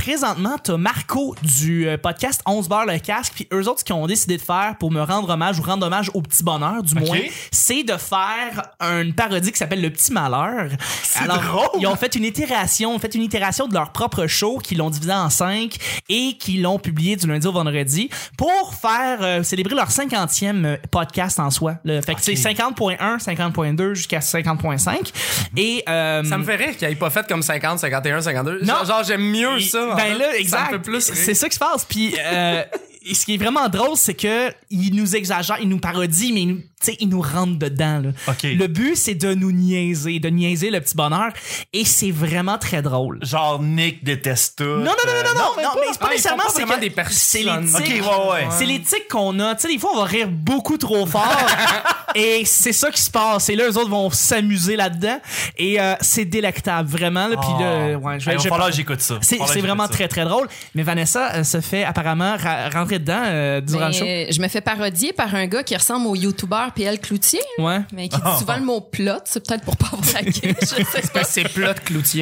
présentement, t'as Marco du podcast 11 barres le casque, puis eux autres, ce qu'ils ont décidé de faire pour me rendre hommage au petit bonheur, du moins, c'est de faire une parodie qui s'appelle Le Petit Malheur. C'est drôle! Ils ont fait une itération de leur propre show, qu'ils l'ont divisé en 5 et qu'ils l'ont publié du lundi au vendredi pour faire célébrer leur 50e podcast en soi. Fait que c'est 50.1, 50.2 jusqu'à 50.5. Et ça me fait rire qu'il ait pas fait comme 50, 51, 52. Non. Genre j'aime mieux ça. Ben là, exact. Ça me fait plus rire. C'est ça qui se passe. Puis ce qui est vraiment drôle, c'est que il nous exagère, il nous parodie, mais il nous rentre dedans. Là. Okay. Le but, c'est de nous niaiser, le petit bonheur, et c'est vraiment très drôle. Genre Nick déteste tout. Non, mais c'est pas nécessairement c'est vraiment des c'est personnes. les tics. Ok, ouais. C'est les tics qu'on a. Tu sais, des fois, on va rire beaucoup trop fort, et c'est ça qui se passe. Et là, eux autres vont s'amuser là-dedans, et c'est délectable, vraiment. Là, puis là, ouais, Il va falloir que j'écoute ça. c'est vraiment très, très drôle. Mais Vanessa se fait apparemment rentrer dedans durant le show. Je me fais parodier par un gars qui ressemble au youtubeur PL Cloutier. Ouais. Mais qui dit souvent le mot plot. C'est peut-être pour pas avoir la gueule. Je sais pas. C'est plot Cloutier.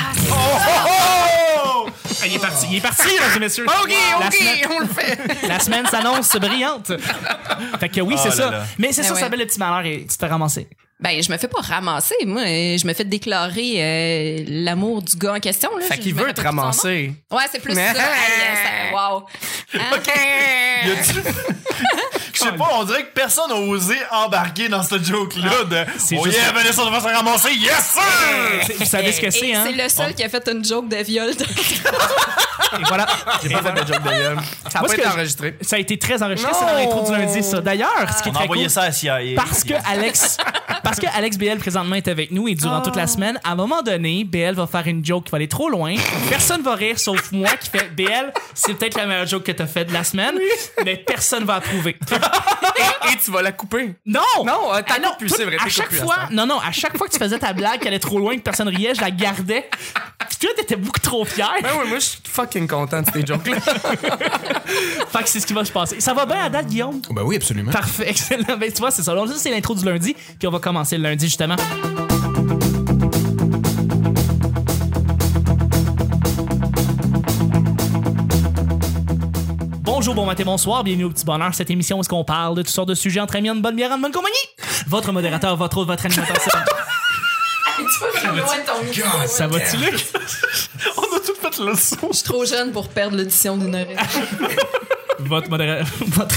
Il est parti, mesdames et messieurs. OK, La semaine- on le fait. La semaine s'annonce brillante. Fait que oui, c'est là ça. là. Mais c'est ça, ouais. ça s'appelle Le Petit Malheur et tu t'es ramassé. Ben, je me fais pas ramasser. Moi, je me fais déclarer l'amour du gars en question. Là. Fait qu'il Je me veut rappelle te plus de son nom. ramasser. Ouais, c'est plus ça. Wow. Y a-tu... Je sais pas, on dirait que personne n'a osé embarquer dans ce joke-là de c'est oh juste yeah, Vanessa va se ramasser, yes sir! Vous savez ce que c'est, Et hein? c'est le seul qui a fait une joke de viol. Et voilà. J'ai pas fait de joke de gueule. Ça a Moi, pas ce été que enregistré. Ça a été très enregistré, Non. c'est dans l'intro du lundi, ça. D'ailleurs, ce qui est On a très envoyé cool, ça à CIA. parce que Alex BL présentement est avec nous et durant toute la semaine, à un moment donné, BL va faire une joke qui va aller trop loin. Personne va rire sauf moi qui fait BL, c'est peut-être la meilleure joke que t'as faite de la semaine, mais personne va approuver. Et tu vas la couper. Non! Non, t'as non, plus, c'est vrai. à t'es chaque coupé fois, à ce temps. non, à chaque fois que tu faisais ta blague qui allait trop loin, que personne riait, je la gardais. Puis toi, t'étais beaucoup trop fier. Ben oui, moi, je suis fucking content de ces jokes-là. Fait que c'est ce qui va se passer. Ça va bien à date, Guillaume? Ben oui, absolument. Parfait, excellent. Ben, tu vois, c'est ça. Donc, ça, c'est l'intro du lundi, puis on va commencer le lundi, justement. Bonjour, bon matin, bonsoir, bienvenue au Petit Bonheur, cette émission où est-ce qu'on parle de toutes sortes de sujets entre amis, en bonne bière, en bonne compagnie. Votre modérateur, votre hôte, votre animateur, ça va-tu, Luc? On a tout fait le saut. Je suis trop jeune pour perdre l'audition d'une oreille. Votre modérateur,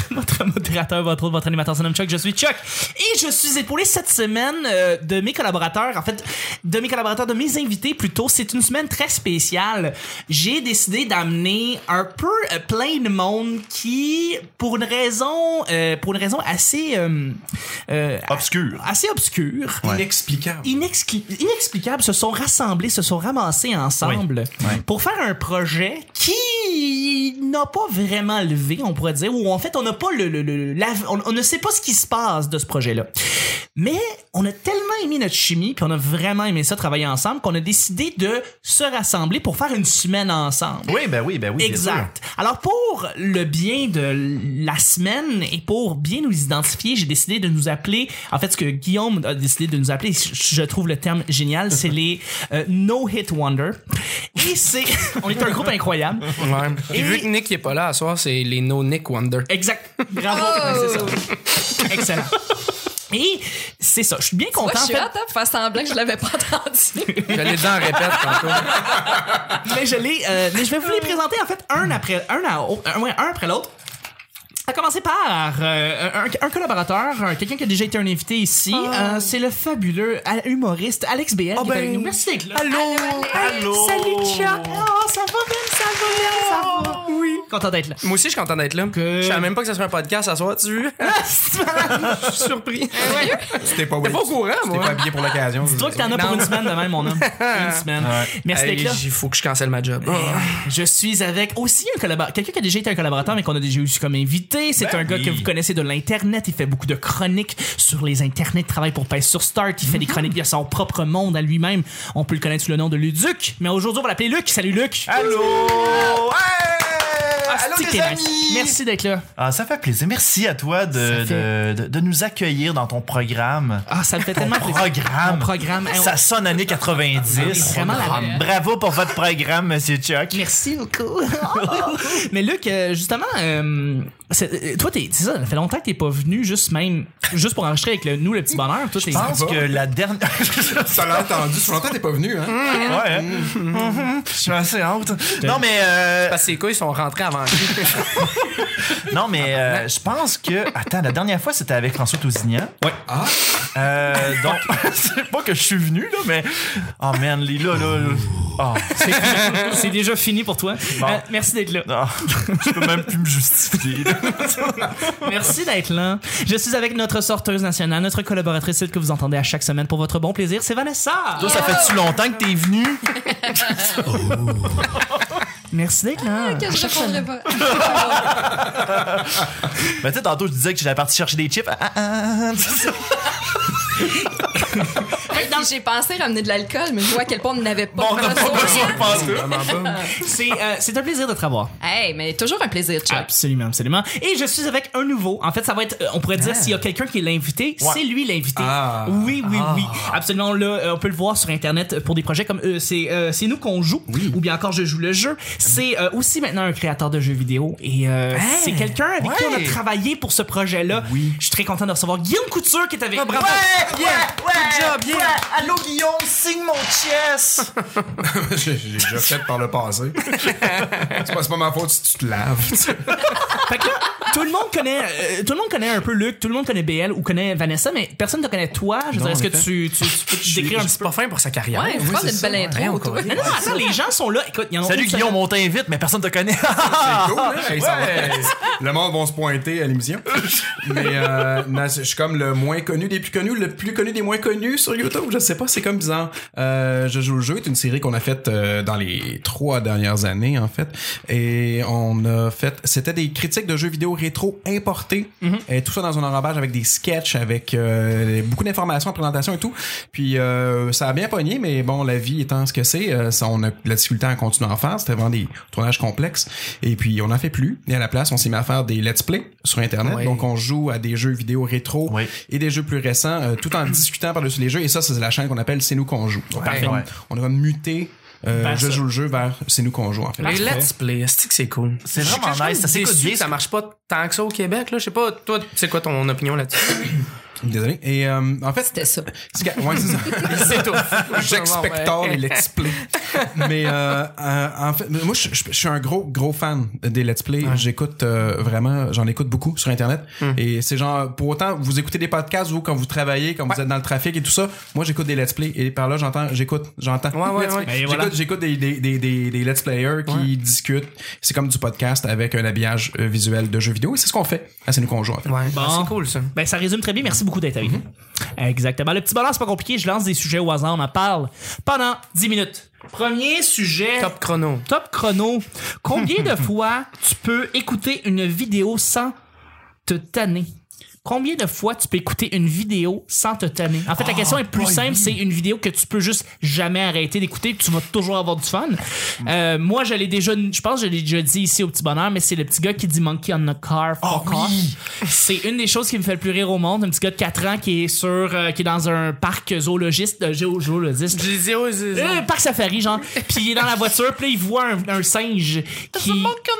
votre autre, votre animateur, c'est nomme Chuck, je suis Chuck. Et je suis épaulé cette semaine de mes collaborateurs, de mes invités plutôt. C'est une semaine très spéciale. J'ai décidé d'amener un peu plein de monde qui, pour une raison assez Obscur. assez obscure, inexplicable, se sont rassemblés, se sont ramassés ensemble pour faire un projet qui n'a pas vraiment levé, on pourrait dire, ou en fait on n'a pas on ne sait pas ce qui se passe de ce projet-là. Mais on a tellement aimé notre chimie, puis on a vraiment aimé ça travailler ensemble, qu'on a décidé de se rassembler pour faire une semaine ensemble. Oui, ben oui. Exact. Alors, pour le bien de la semaine et pour bien nous identifier, j'ai décidé de nous appeler, en fait, ce que Guillaume a décidé de nous appeler, je trouve le terme génial, c'est les No Hit Wonder. Et on est un groupe incroyable. Ouais. Et vu que Nick n'est pas là à soir, c'est les No Nick Wonder. Exact. Bravo. Ouais, c'est ça. Excellent. Et c'est ça, je suis bien content. Moi, je suis hâte pour faire semblant que je l'avais pas entendu. J'allais dire en répète tantôt. Mais je vais vous les présenter en fait un après l'autre. A commencer par un collaborateur, quelqu'un qui a déjà été un invité ici. C'est le fabuleux humoriste Alex BL qui est avec nous. Merci d'être là. Allô. Salut Chuck. Oh, ça va bien. Oui. Content d'être là. Moi aussi, je suis content d'être là. Je savais même pas que ça serait un podcast à soir, tu veux? Je suis surpris. C'était pas T'es pas au courant, T'es moi. pas habillé pour l'occasion. Dis-toi que t'en as pour une semaine de même, mon homme. Une semaine. Merci d'être là. Il faut que je cancelle ma job. Je suis avec aussi quelqu'un qui a déjà été un collaborateur, mais qu'on a déjà eu comme invité. C'est un gars que vous connaissez de l'Internet. Il fait beaucoup de chroniques sur les Internets. Il travaille pour Pèse sur Start. Il fait des chroniques. Il a son propre monde à lui-même. On peut le connaître sous le nom de Luduc. Mais aujourd'hui, on va l'appeler Luc. Salut, Luc. Allô. Asti, les t'es amis! nice. Merci d'être là. Ah, ça fait plaisir. Merci à toi de nous accueillir dans ton programme. Ah, ça me fait tellement plaisir. Mon Mon programme. Ça sonne années 90. Vraiment la- Bravo pour votre programme, Monsieur Chuck. Merci beaucoup. Mais Luc, justement, toi, c'est ça, ça fait longtemps que t'es pas venu juste pour enregistrer avec nous le petit bonheur. Toi, Je pense que la dernière... Ça l'a entendu. Ça fait longtemps que t'es pas venu, hein? Ouais, hein? Je suis assez hâte. Non, mais... Parce que ses couilles sont rentrées avant lui. Non, mais je pense que... Attends, la dernière fois, c'était avec François Tousignan. Ouais. Donc, c'est pas que je suis venu, là, mais... Oh, man, Lila, là... Oh. C'est déjà fini pour toi. Bon. Merci d'être là. Non, je peux même plus me justifier. Merci d'être là. Je suis avec notre sorteuse nationale, notre collaboratrice que vous entendez à chaque semaine pour votre bon plaisir, c'est Vanessa. Toi, ça fait-tu longtemps que t'es venu? Merci d'être là. Que je répondrai pas. Ben, tu sais, tantôt, je disais que j'étais parti chercher des chips. J'ai pensé ramener de l'alcool, mais je vois à quel point on n'avait pas Bon, on n'a pas besoin de penser. Vraiment pas. C'est un plaisir de te revoir. Hey, mais toujours un plaisir, Chuck. Absolument, absolument. Et je suis avec un nouveau. En fait, ça va être, on pourrait dire, s'il y a quelqu'un qui est l'invité, c'est lui l'invité. Ah. Oui. Absolument. Là, on peut le voir sur Internet pour des projets comme c'est nous qu'on joue, ou bien encore je joue le jeu. C'est aussi maintenant un créateur de jeux vidéo et c'est quelqu'un avec qui on a travaillé pour ce projet-là. Oui. Je suis très content de recevoir Guillaume Couture qui est avec nous. bravo. Good job, bien. Allô, Guillaume, signe mon chest. J'ai déjà fait par le passé. C'est pas ma faute si tu te laves. Fait que là, tout le monde connaît un peu Luc, tout le monde connaît BL ou connaît Vanessa, mais personne ne te connaît toi. Je veux dire, est-ce que tu peux te décrire un petit C'est peu? pas fin pour sa carrière. Ouais, faut faire une belle intro, toi. Non, attends, les gens sont là. Écoute, y en a Salut, une Guillaume, semaine. on t'invite, mais personne te connaît. C'est cool, hein? Hey, ça va. Le monde va se pointer à l'émission. Mais non, je suis comme le moins connu des plus connus, le plus connu des moins connus sur YouTube. Je sais pas, c'est comme bizarre. Je joue le jeu est une série qu'on a faite dans les 3 dernières années, en fait. Et on a fait... C'était des critiques de jeux vidéo rétro importés. Et tout ça dans un enrobage avec des sketchs, avec beaucoup d'informations, de présentations et tout. Puis ça a bien pogné, mais bon, la vie étant ce que c'est, on a de la difficulté à continuer à en faire. C'était vraiment des tournages complexes. Et puis on n'en fait plus. Et à la place, on s'est mis à faire des let's play sur Internet. Oui. Donc on joue à des jeux vidéo rétro et des jeux plus récents, tout en discutant par-dessus les jeux. Et ça, c'est la chaîne qu'on appelle C'est nous qu'on joue. Donc, Parfait. on a comme muté je joue le jeu vers C'est nous qu'on joue, en fait. Les let's play, c'est que c'est cool. C'est Je suis vraiment comme nice, ça s'écoute déçu bien. que ça marche pas tant que ça au Québec, là. Je sais pas, toi, c'est quoi ton opinion là-dessus? Désolé. Et en fait, C'était ça. ouais, c'est ça. C'est tout. J'expectore les let's play. Mais en fait, moi je suis un gros fan des let's play. J'écoute vraiment, j'en écoute beaucoup sur Internet. Et c'est genre, pour autant vous écoutez des podcasts ou quand vous travaillez, quand vous êtes dans le trafic et tout ça, moi j'écoute des let's play et par là j'entends. Et voilà. J'écoute des let's players qui discutent. C'est comme du podcast avec un habillage visuel de jeux vidéo et c'est ce qu'on fait. C'est nous qu'on joue, en fait. Ouais, Bon. c'est cool ça. Ben, ça résume très bien. Merci beaucoup d'être avec nous. Exactement. Le petit bonheur, c'est pas compliqué. Je lance des sujets au hasard. On en parle pendant 10 minutes. Premier sujet. Top chrono. Top chrono. Combien de fois tu peux écouter une vidéo sans te tanner? Combien de fois tu peux écouter une vidéo sans te tanner? En fait, la question est plus simple, c'est une vidéo que tu peux juste jamais arrêter d'écouter, que tu vas toujours avoir du fun. Moi, je pense que je l'ai déjà dit ici au Petit Bonheur, mais c'est le petit gars qui dit Monkey on the car, fuck off. C'est une des choses qui me fait le plus rire au monde. Un petit gars de 4 ans qui est qui est dans un parc zoologiste, zoologiste. Je disais, oh, Parc safari, genre. Puis il est dans la voiture, puis là, il voit un singe qui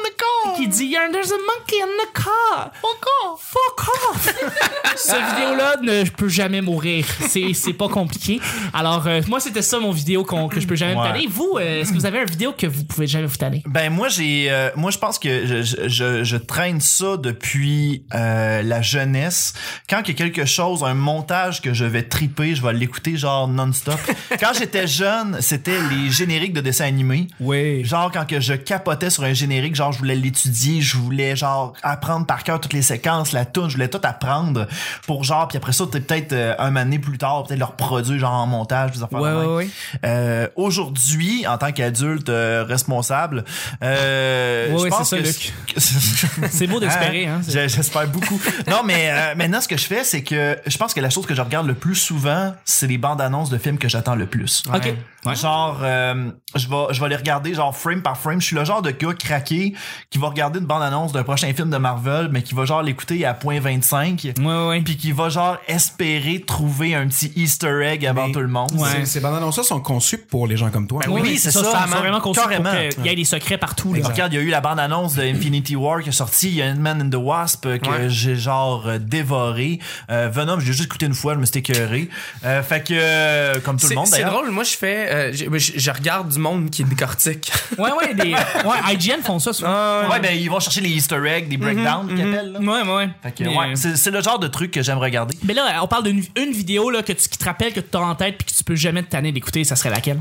dit There's a monkey in the car. Fuck off. Cette vidéo-là ne peut jamais mourir. C'est pas compliqué. Alors, moi, c'était ça mon vidéo que je peux jamais me tanner. Vous, est-ce que vous avez une vidéo que vous pouvez jamais vous tanner? Ben moi je pense que je traîne ça depuis la jeunesse. Quand il y a quelque chose, un montage que je vais triper, je vais l'écouter genre non-stop. Quand j'étais jeune, c'était les génériques de dessins animés. Oui. Genre quand que je capotais sur un générique, genre je voulais l'étudier, je voulais genre apprendre par cœur toutes les séquences, la toune, je voulais tout apprendre. reprendre pour genre, puis après ça, peut-être un moment donné plus tard, peut-être leur produire genre en montage, des affaires de même. Aujourd'hui, en tant qu'adulte responsable, je pense c'est ça, que Luc. C'est beau d'espérer, hein. J'espère beaucoup. Non, mais maintenant, ce que je fais, c'est que je pense que la chose que je regarde le plus souvent, c'est les bandes annonces de films que j'attends le plus. OK. Ouais. Genre, je vais les regarder genre frame par frame. Je suis le genre de gars craqué qui va regarder une bande annonce d'un prochain film de Marvel, mais qui va genre l'écouter à 0.25. Ouais. Puis qui va genre espérer trouver un petit Easter egg avant tout le monde. Ouais. Ces bandes annonces-là sont conçues pour les gens comme toi. Ben oui, c'est ça. C'est vraiment conçu pour Carrément. qu'il y ait des secrets partout. Là. Regarde, il y a eu la bande-annonce de Infinity War qui est sortie, il y a Ant-Man and the Wasp que j'ai genre dévoré. Venom, j'ai juste écouté une fois, je me suis écœuré. Fait que comme tout le monde d'ailleurs. C'est drôle, moi je fais je regarde du monde qui décortique. Ouais, IGN font ça souvent. Ouais, ben ils vont chercher les Easter eggs, des breakdowns qu'ils appellent. Là. Ouais. Fait que, c'est le genre de truc que j'aime regarder. Mais là, on parle d'une vidéo là, qui te rappelle que tu as en tête puis que tu peux jamais te tanner d'écouter, ça serait laquelle?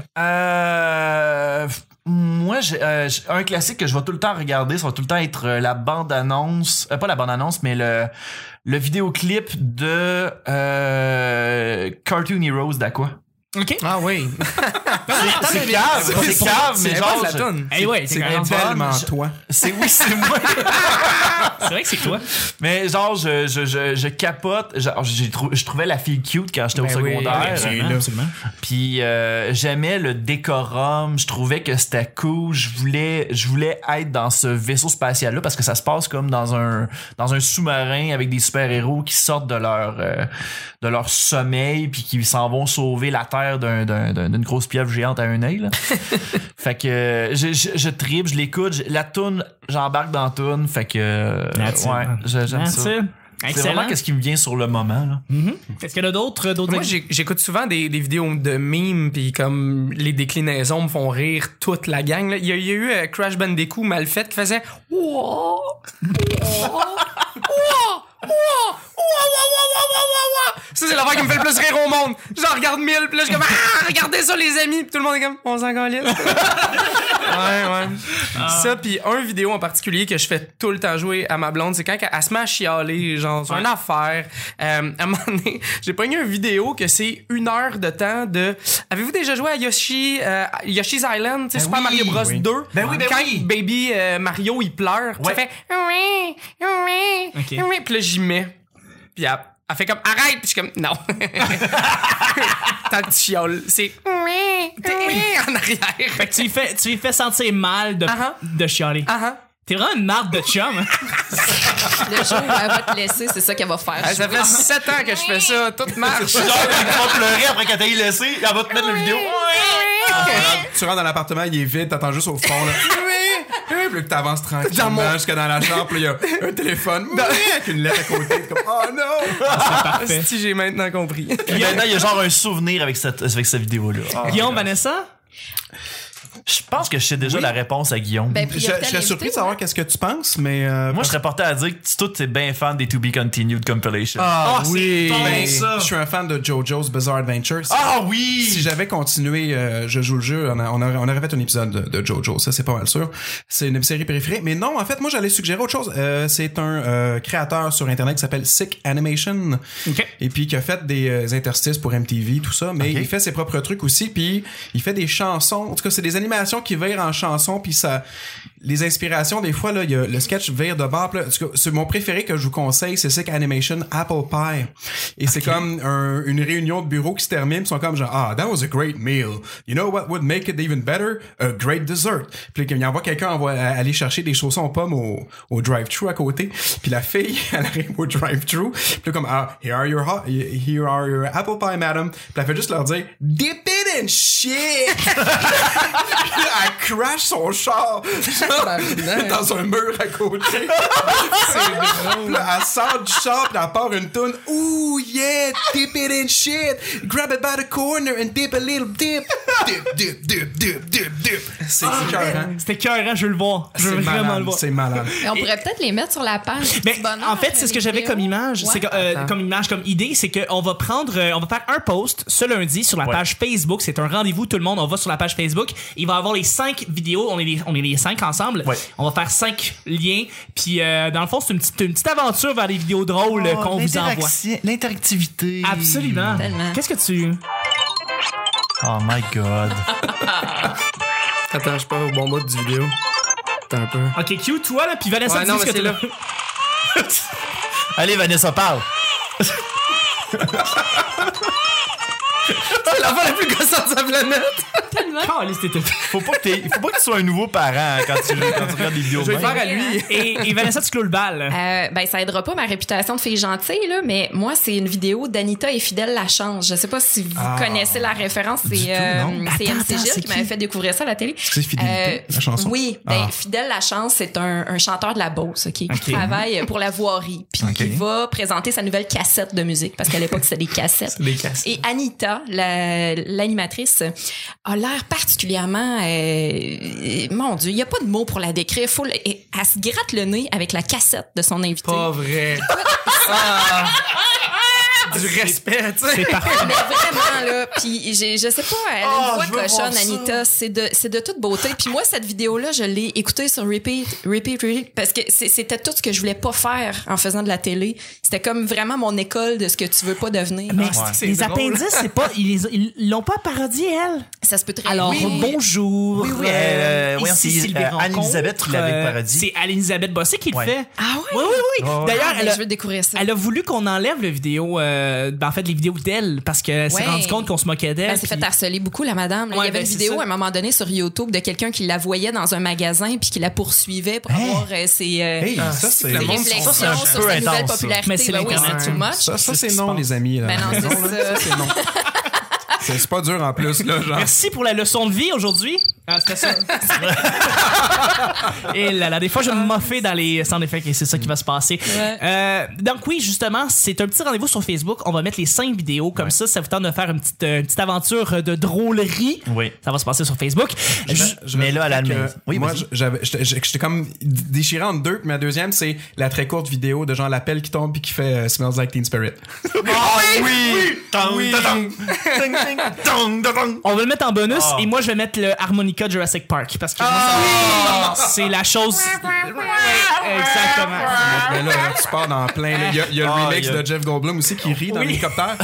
Moi, j'ai un classique que je vais tout le temps regarder, ça va tout le temps être la bande-annonce, pas la bande-annonce, mais le vidéoclip de Cartoon Heroes d'Aqua. OK. Ah oui. C'est cave, mais genre la tonne. C'est quand même Tellement fun. toi. c'est moi. C'est vrai que c'est toi. Mais genre je capote, genre je trouvais la fille cute quand j'étais au secondaire. Absolument. Puis j'aimais le décorum, je trouvais que c'était cool, je voulais être dans ce vaisseau spatial là parce que ça se passe comme dans un sous-marin avec des super-héros qui sortent de leur sommeil puis qui s'en vont sauver la Terre d'une grosse pieuvre géante à un œil là. Fait que je tripe, je l'écoute, la toune, j'embarque dans la toune, fait que j'aime ça. C'est vraiment qu'est-ce qui me vient sur le moment là. Est-ce qu'il y en a d'autres Moi j'écoute souvent des vidéos de memes puis comme les déclinaisons me font rire toute la gang là. Il y a eu Crash Bandicoot mal fait qui faisait ça c'est l'affaire qui me fait le plus rire au monde. J'en regarde 1000 puis là je suis comme regardez ça les amis puis tout le monde est comme on s'en calisse. ouais. Ça puis un vidéo en particulier que je fais tout le temps jouer à ma blonde, c'est quand elle se met à chialer genre sur une affaire. À un moment donné, j'ai pogné une vidéo que c'est 1 heure de temps de. Avez-vous déjà joué à Yoshi's Island, tu sais, Super Mario Bros 2? Ben oui. Quand Baby Mario il pleure, ça fait puis là j'y mets. Puis elle fait comme arrête, puis je suis comme non. Tant que tu chiales, c'est en arrière. Fait que tu lui fais sentir mal de chialer. T'es vraiment une marde de chum. Hein? Le jour où elle va te laisser, c'est ça qu'elle va faire. Ça fait 7 ans que je fais ça, tout marche. Genre quand tu vas pleurer après qu'elle t'ait laissé, elle va te mettre la vidéo. Tu rentres dans l'appartement, il est vide, t'attends juste au fond là. Puis que t'avances tranquillement jusqu'à dans la chambre, puis il y a un téléphone avec une lettre à côté, comme oh non! C'est parfait. Si j'ai maintenant compris. Puis maintenant, il y a genre un souvenir avec cette vidéo-là. Guillaume, Vanessa? Je pense que je sais déjà la réponse à Guillaume. Ben, Je serais surpris de savoir qu'est-ce que tu penses, mais Moi, je serais porté à dire que toi, t'es bien fan des To Be Continued compilation. oui, bon, ben, ça. je suis un fan de JoJo's Bizarre Adventure. Oui! Si j'avais continué, je joue le jeu, on aurait fait un épisode de JoJo, ça c'est pas mal sûr. C'est une série préférée, mais non, en fait, moi j'allais suggérer autre chose. C'est un créateur sur internet qui s'appelle Sick Animation, et puis qui a fait des interstices pour MTV, tout ça, mais il fait ses propres trucs aussi, puis il fait des chansons. En tout cas, c'est des animations qui virent en chansons, puis ça, les inspirations des fois là, il y a le sketch vire de bord. Là, en tout cas, c'est mon préféré que je vous conseille, c'est Sick Animation Apple Pie, et c'est comme une réunion de bureau qui se termine, ils sont comme genre that was a great meal. You know what would make it even better? A great dessert. Puis il envoie quelqu'un aller chercher des chaussons aux pommes au drive-thru à côté. Puis la fille, elle arrive au drive-thru. Puis là, comme here are your apple pie, madam. Puis elle fait juste leur dire dip it in shit. Elle crash son char dans un mur à côté. C'est drôle. Là, elle sort du char puis elle part une toune. Ooh yeah, dip it in shit. Grab it by the corner and dip a little dip. C'est écœurant. C'était écœurant, je veux le voir. Je veux C'est vraiment malade, le voir. c'est malade. Et on pourrait peut-être les mettre sur la page. Mais du bonheur, en fait, c'est ce que les j'avais vidéos. comme image. Ouais. C'est que, comme image, comme idée, c'est qu'on va prendre, on va faire un post ce lundi sur la page Facebook. C'est un rendez-vous, tout le monde. On va sur la page Facebook. Il va y avoir les 5 vidéos. On est les 5 ensemble. Ouais. On va faire 5 liens. Puis, dans le fond, c'est une petite aventure vers les vidéos drôles qu'on vous envoie. L'interactivité. Absolument. Tellement. Qu'est-ce que tu... Oh my God. Attends, je suis pas au bon bout du vidéo. Attends un peu. Ok, Q, toi, là, puis Vanessa, Ouais, dis non, ce mais que c'est t'as- là. Allez, Vanessa, parle. C'est la voix la plus gossante de sa planète. Caliste, t'étais- Faut pas que tu sois un nouveau parent quand tu regardes des vidéos. Je vais de le même. faire à lui. Et Vanessa, tu clôt le bal. Ben, ça aidera pas ma réputation de fille gentille, là, mais moi, c'est une vidéo d'Anita et Fidèle Lachance. Je sais pas si vous connaissez la référence. C'est non. c'est Attends, MC Gilles c'est qui m'avait fait découvrir ça à la télé. C'est Fidélité, la chanson? Oui. Ben, Fidèle Lachance, c'est un chanteur de la Beauce, OK? Qui travaille pour la voirie. Puis qui va présenter sa nouvelle cassette de musique. Parce qu'à l'époque, c'était des cassettes. Des cassettes. Et Anita, l'animatrice, a l'air particulièrement... mon Dieu, il n'y a pas de mots pour la décrire. Elle se gratte le nez avec la cassette de son invité. Pas vrai. Du respect, tu sais. C'est parfait. Mais vraiment, là, puis je sais pas, elle a une voix cochonne, Anita, c'est de toute beauté. Puis moi, cette vidéo-là, je l'ai écoutée sur repeat, parce que c'était tout ce que je voulais pas faire en faisant de la télé. C'était comme vraiment mon école de ce que tu veux pas devenir. Mais c'est les drôle. appendices, c'est pas, ils l'ont pas parodié, elle. Ça se peut très Alors, bien. bonjour. Oui, oui, Ici, c'est Sylvie Rencontre. Anne-Elisabeth qui l'avait parodie. C'est Anne-Elisabeth Bossé qui le Ouais. fait. Ah ouais? Oui, oui, oui. D'ailleurs, Ah, ben, je veux découvrir ça. elle a voulu qu'on enlève la vidéo, en fait, les vidéos d'elle, parce qu'elle s'est Ouais. rendue compte qu'on se moquait d'elle. Elle s'est fait puis- harceler beaucoup, la madame. Là, Ouais, il y avait ben, une c'est vidéo ça. à un moment donné sur YouTube de quelqu'un qui la voyait dans un magasin puis qui la poursuivait pour avoir ses Hey, ça, c'est le ses monde- réflexions ça, c'est un sur peu sa nouvelle intense, ça. popularité. Mais c'est Ben oui, l'Internet. c'est too much. Ça, C'est c'est ce qui non, se les amis. Là. Ben non, Non, c'est là, ça. c'est non. C'est pas dur en plus, là, genre. Merci pour la leçon de vie aujourd'hui. Ah, c'était ça. Et là, des fois, je vais me moffer dans les sound effects et c'est ça qui va se passer. Ouais. Donc oui, justement, c'est un petit rendez-vous sur Facebook. On va mettre les 5 vidéos comme ça. Ça vous tente de faire une petite aventure de drôlerie. Oui. Ça va se passer sur Facebook. Mais là, à la maison. Oui, moi, vas-y. j'étais comme déchiré en deux. Puis ma deuxième, c'est la très courte vidéo de genre l'appel qui tombe puis qui fait Smells Like Teen Spirit. Oui! Oui. On va le mettre en bonus Ah. et moi je vais mettre le harmonica Jurassic Park parce que moi, c'est la chose. Exactement. Mais là, tu pars dans plein. là. Il y a le Ah, remix il y a- de Jeff Goldblum aussi qui rit dans Oui. l'hélicoptère.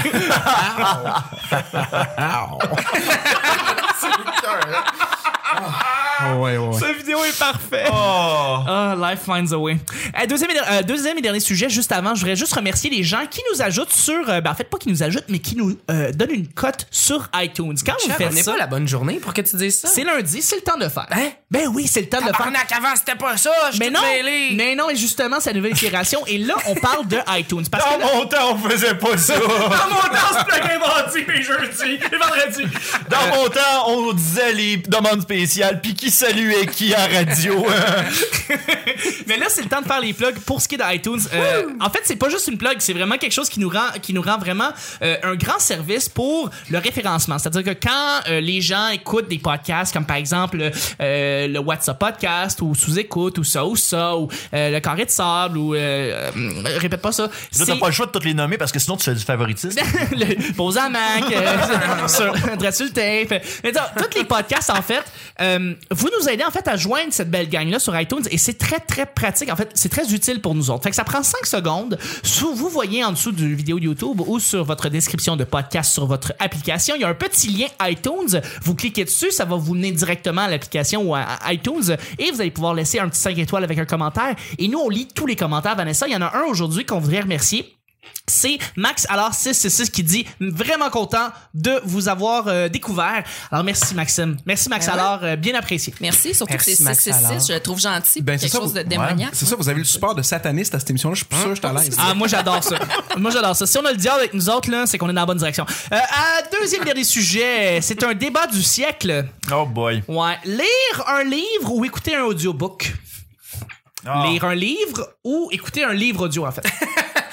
Ouais, ouais. Cette vidéo est parfaite. Oh! Ah, life finds a way. Deuxième et dernier sujet, juste avant, je voudrais juste remercier les gens qui nous ajoutent sur... en fait, pas qui nous ajoutent, mais qui nous donnent une cote sur iTunes. Quand vous On faites n'est ça, pas la bonne journée pour que tu dises ça. c'est lundi, c'est le temps de le faire. Hein? Ben oui, c'est le temps de le faire. Tabarnak, avant, c'était pas ça. Je suis Mais toute non, mêlée. mais non, et justement, c'est la nouvelle itération. Et là, on parle de iTunes. Parce que là, Dans mon temps, on faisait pas ça. dans mon temps, c'est plug mardi, et jeudi, et vendredi. Dans mon temps, on disait les demandes spéciales puis qui saluait qui à radio. Mais là, c'est le temps de faire les plugs pour ce qui est d'iTunes. En fait, c'est pas juste une plug, c'est vraiment quelque chose qui nous rend vraiment un grand service pour le référencement. C'est-à-dire que quand les gens écoutent des podcasts, comme par exemple le WhatsApp Podcast ou Sous-Écoute ou ça, ou le Carré de Sable ou répète pas ça. Là, t'as pas le choix de toutes les nommer parce que sinon tu fais du favoritisme. le Pose à Mac, sur Dressule Tape. Mais donc, tous les podcasts, en fait, vous nous aidez en fait à joindre cette belle gang-là sur iTunes et c'est très, très pratique. En fait, c'est très utile pour nous autres. Fait que ça prend 5 secondes. Vous voyez en dessous du vidéo YouTube ou sur votre description de podcast sur votre application, il y a un petit lien iTunes. Vous cliquez dessus, ça va vous mener directement à l'application ou à iTunes et vous allez pouvoir laisser un petit 5 étoiles avec un commentaire. Et nous, on lit tous les commentaires. Vanessa, il y en a un aujourd'hui qu'on voudrait remercier. C'est Max alors 666 qui dit vraiment content de vous avoir découvert. Alors merci Maxime. Merci Max alors bien apprécié. Merci, surtout Merci, que c'est Max, 666, alors. je le trouve gentil, Ben, quelque c'est ça, chose de ouais. démoniaque. C'est ça, vous avez le support de sataniste à cette émission-là. Je suis plus sûr que je suis à l'aise. Ah, moi j'adore ça. Moi j'adore ça. Si on a le diable avec nous autres là, c'est qu'on est dans la bonne direction. Deuxième dernier sujet, c'est un débat du siècle. Oh boy. Ouais, lire un livre ou écouter un audiobook. Ah. Lire un livre ou écouter un livre audio en fait.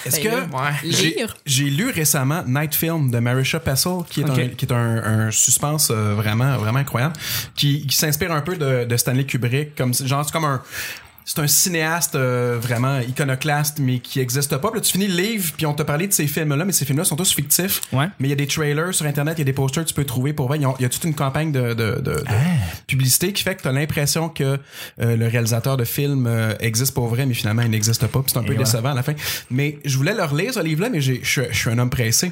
Est-ce Ben que là, j'ai lu récemment Night Film de Marisha Pessl, qui est un suspense vraiment incroyable, qui s'inspire un peu de Stanley Kubrick, c'est un cinéaste vraiment iconoclaste, mais qui existe pas. Puis là, tu finis le livre, puis on t'a parlé de ces films-là, mais ces films-là sont tous fictifs. Ouais. Mais il y a des trailers sur Internet, il y a des posters que tu peux trouver pour vrai. Il y a toute une campagne de publicité qui fait que t'as l'impression que le réalisateur de film existe pour vrai, mais finalement, il n'existe pas. Puis c'est un peu décevant à la fin. Mais je voulais le relire, ce livre-là, mais je suis un homme pressé.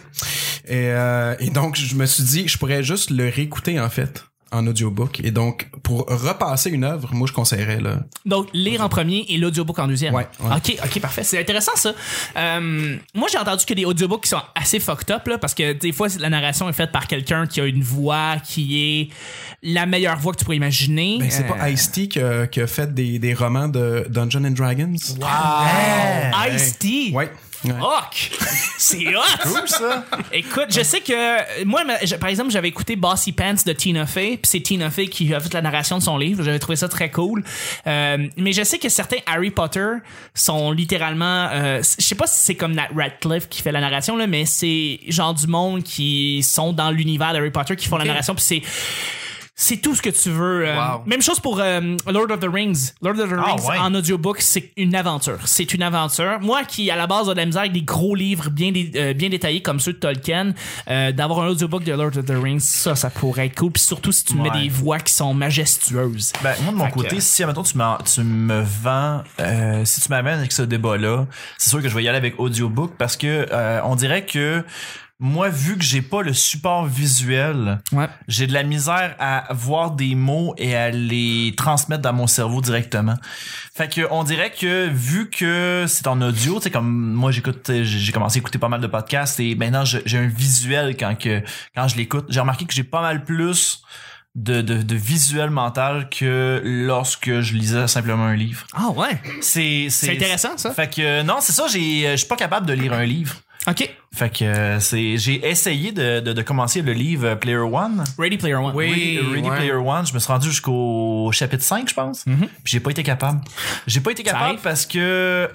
Et donc, je me suis dit, je pourrais juste le réécouter, en fait, en audiobook. Et donc, pour repasser une œuvre, moi, je conseillerais là. Donc, lire en premier et l'audiobook en deuxième. Ouais. OK, parfait. C'est intéressant, ça. Moi, j'ai entendu que des audiobooks qui sont assez fucked up, là, parce que des fois, la narration est faite par quelqu'un qui a une voix qui est la meilleure voix que tu pourrais imaginer. Ben, c'est pas Ice-T qui a fait des romans de Dungeons and Dragons. Wow! Ice-T! Ouais. Fuck! C'est hot! Cool, ça. Écoute, je sais que moi, par exemple, j'avais écouté Bossy Pants de Tina Fey, puis c'est Tina Fey qui a fait la narration de son livre. J'avais trouvé ça très cool. Mais je sais que certains Harry Potter sont littéralement, je sais pas si c'est comme Nat Radcliffe qui fait la narration là, mais c'est genre du monde qui sont dans l'univers d'Harry Potter qui font la narration, puis c'est tout ce que tu veux. Wow. Même chose pour Lord of the Rings. Lord of the Rings en audiobook, c'est une aventure. C'est une aventure. Moi qui, à la base, a de la misère avec des gros livres bien détaillés comme ceux de Tolkien, d'avoir un audiobook de Lord of the Rings, ça pourrait être cool. Puis surtout si tu mets des voix qui sont majestueuses. Ben, moi, de mon côté, si, admettons, tu me vends, si tu m'amènes avec ce débat-là, c'est sûr que je vais y aller avec audiobook parce que on dirait que moi, vu que j'ai pas le support visuel, j'ai de la misère à voir des mots et à les transmettre dans mon cerveau directement. Fait que on dirait que vu que c'est en audio, tu sais, comme moi j'ai commencé à écouter pas mal de podcasts et maintenant j'ai un visuel quand je l'écoute. J'ai remarqué que j'ai pas mal plus de visuel mental que lorsque je lisais simplement un livre. Ah ouais. C'est intéressant ça. Fait que non, c'est ça, je suis pas capable de lire un livre. OK. Fait que j'ai essayé de commencer le livre Player One. Ready Player One. Oui, Ready Player One. Je me suis rendu jusqu'au chapitre 5, je pense. Puis j'ai pas été capable. J'ai pas été capable parce que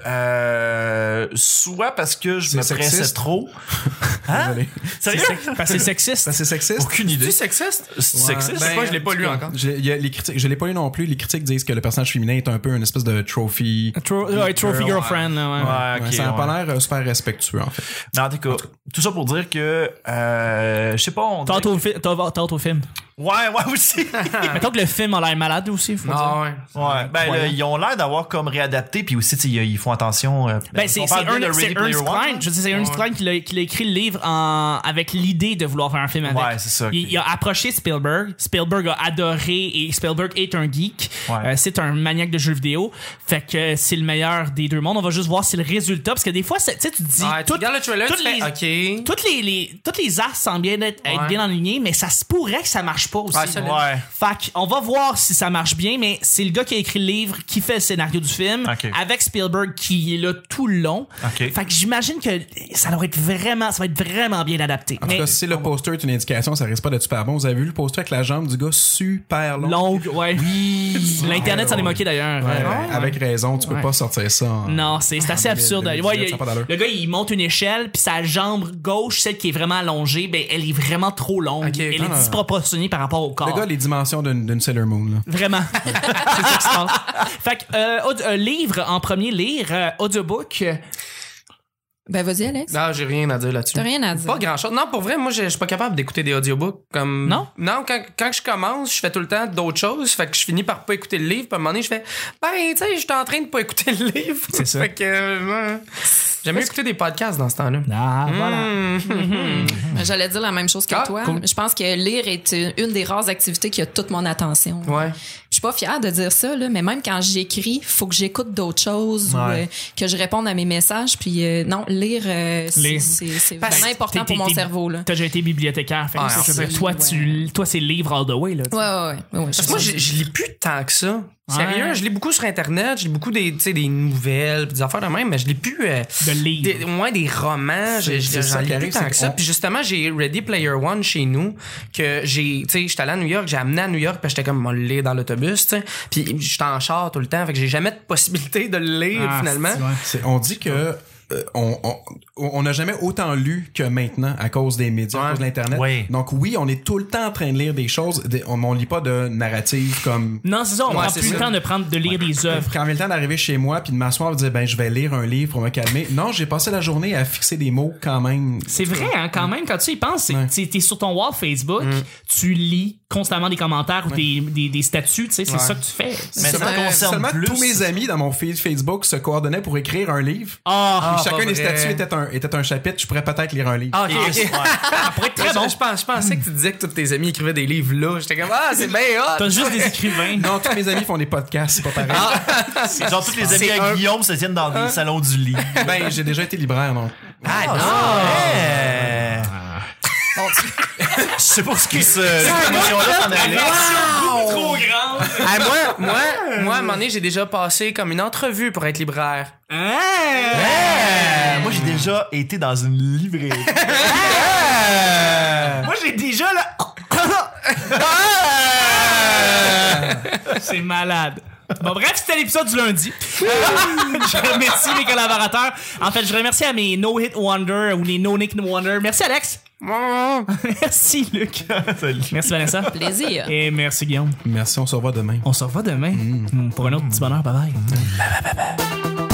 soit parce que je me pressais trop. Hein? Sérieux? Parce que c'est sexiste. Parce que c'est sexiste. Aucune idée. C'est sexiste? Sexiste? Ben, moi, je l'ai pas lu encore. Les critiques, je l'ai pas lu non plus. Les critiques disent que le personnage féminin est un peu une espèce de trophy. Trophy girlfriend. Là, ouais, ça n'a pas l'air super respectueux, en fait. Mais en tout cas, tout ça pour dire que je sais pas, on Tente au film. Ouais, aussi. Mettons que le film a l'air malade aussi, faut dire. Ouais. Ben, là, ils ont l'air d'avoir comme réadapté, puis aussi, ils font attention. Ben, c'est Ernst Cline. Je sais, c'est Ernst Cline qui a écrit le livre avec l'idée de vouloir faire un film avec. Ouais, c'est ça. Il a approché Spielberg. Spielberg a adoré et Spielberg est un geek. Ouais. C'est un maniaque de jeux vidéo. Fait que c'est le meilleur des deux mondes. On va juste voir si le résultat, parce que des fois, tu sais, tu te dis. Tu regardes le trailer, tu fais, OK. Toutes les astres semblent bien être bien alignées, mais ça se pourrait que ça marche pas aussi. Ouais. Fait qu'on va voir si ça marche bien, mais c'est le gars qui a écrit le livre, qui fait le scénario du film, avec Spielberg qui est là tout le long. Fait que j'imagine que ça va être vraiment bien adapté. En tout cas, si le poster est une indication, ça risque pas d'être super bon. Vous avez vu le poster avec la jambe du gars super longue? Longue, ouais. Oui. L'Internet s'en est moqué d'ailleurs. Avec raison, tu peux pas sortir ça. Non, c'est assez absurde. Le gars, il monte une échelle, puis sa jambe gauche, celle qui est vraiment allongée, ben elle est vraiment trop longue. Elle est disproportionnée par rapport au corps. Le gars, les dimensions d'une Sailor Moon. Là. Vraiment. C'est ça qui se passe. Fait que, livre en premier, lire, audiobook. Ben, vas-y, Alex. Non, j'ai rien à dire là-dessus. T'as rien à dire. Pas grand-chose. Non, pour vrai, moi, je suis pas capable d'écouter des audiobooks. Comme... Non? Non, quand je commence, je fais tout le temps d'autres choses. Fait que je finis par pas écouter le livre. Puis à un moment donné, je fais, ben, tu sais, je suis en train de pas écouter le livre. C'est ça. Fait que, j'aime mieux écouter des podcasts dans ce temps-là. Ah, voilà. J'allais dire la même chose que toi. Cool. Je pense que lire est une des rares activités qui a toute mon attention. Ouais. Je suis pas fière de dire ça, là, mais même quand j'écris, faut que j'écoute d'autres choses ou que je réponde à mes messages. Puis non, lire, c'est vraiment important pour mon cerveau. Là. T'as déjà été bibliothécaire. Fait que toi, c'est livre all the way. Là, ouais. Parce que moi, je lis plus tant que ça. Sérieux, je lis beaucoup sur Internet, je lis beaucoup des nouvelles, des affaires de même, mais je lis plus de livres. Des romans, j'en lis plus tant que ça. Puis justement, j'ai Ready Player One chez nous, que j'étais allé à New York, j'ai amené à New York, puis j'étais comme, on le lire dans l'autobus, tu sais. Puis j'étais en char tout le temps, fait que j'ai jamais de possibilité de le lire finalement. On dit que on n'a jamais autant lu que maintenant à cause des médias, à cause de l'internet. Oui. Donc oui, on est tout le temps en train de lire des choses, on lit pas de narrative comme. Non, c'est ça, on prend c'est plus le ça. temps de lire des œuvres. Quand vient le temps d'arriver chez moi puis de m'asseoir et de dire ben je vais lire un livre pour me calmer. Non, j'ai passé la journée à fixer des mots quand même. C'est vrai, hein, quand même, quand tu y penses, t'es sur ton wall Facebook, tu lis constamment des commentaires ou des statuts, tu sais, c'est ça que tu fais. Mais ça me concerne Seulement plus. tous mes amis dans mon feed Facebook se coordonnaient pour écrire un livre. Ah, Puis chacun pas des vrai. statuts était un chapitre. Je pourrais peut-être lire un livre. Ah, ok, ok. ça pourrait être très bon. Je pensais que tu disais que tous tes amis écrivaient des livres là. J'étais comme, c'est bien hot. T'as juste des écrivains. Non, tous mes amis font des podcasts, c'est pas pareil. Genre, tous les amis à Guillaume se tiennent dans des salons du lit. Ben, j'ai déjà été libraire, donc. Je sais pas ce que cette émotion-là s'en allait. Trop grande. Moi, à un moment donné, j'ai déjà passé comme une entrevue pour être libraire. Moi, j'ai déjà été dans une librairie. Moi, j'ai déjà là. C'est malade. Bon, bref, c'était l'épisode du lundi. Je remercie mes collaborateurs. En fait, je remercie à mes No-Hit Wonder ou les No-Nick Wonder. Merci, Alex. Merci, Luc. Salut. Merci, Vanessa. Plaisir. Et merci, Guillaume. Merci, on se revoit demain. On se revoit demain pour un autre petit bonheur. Bye bye.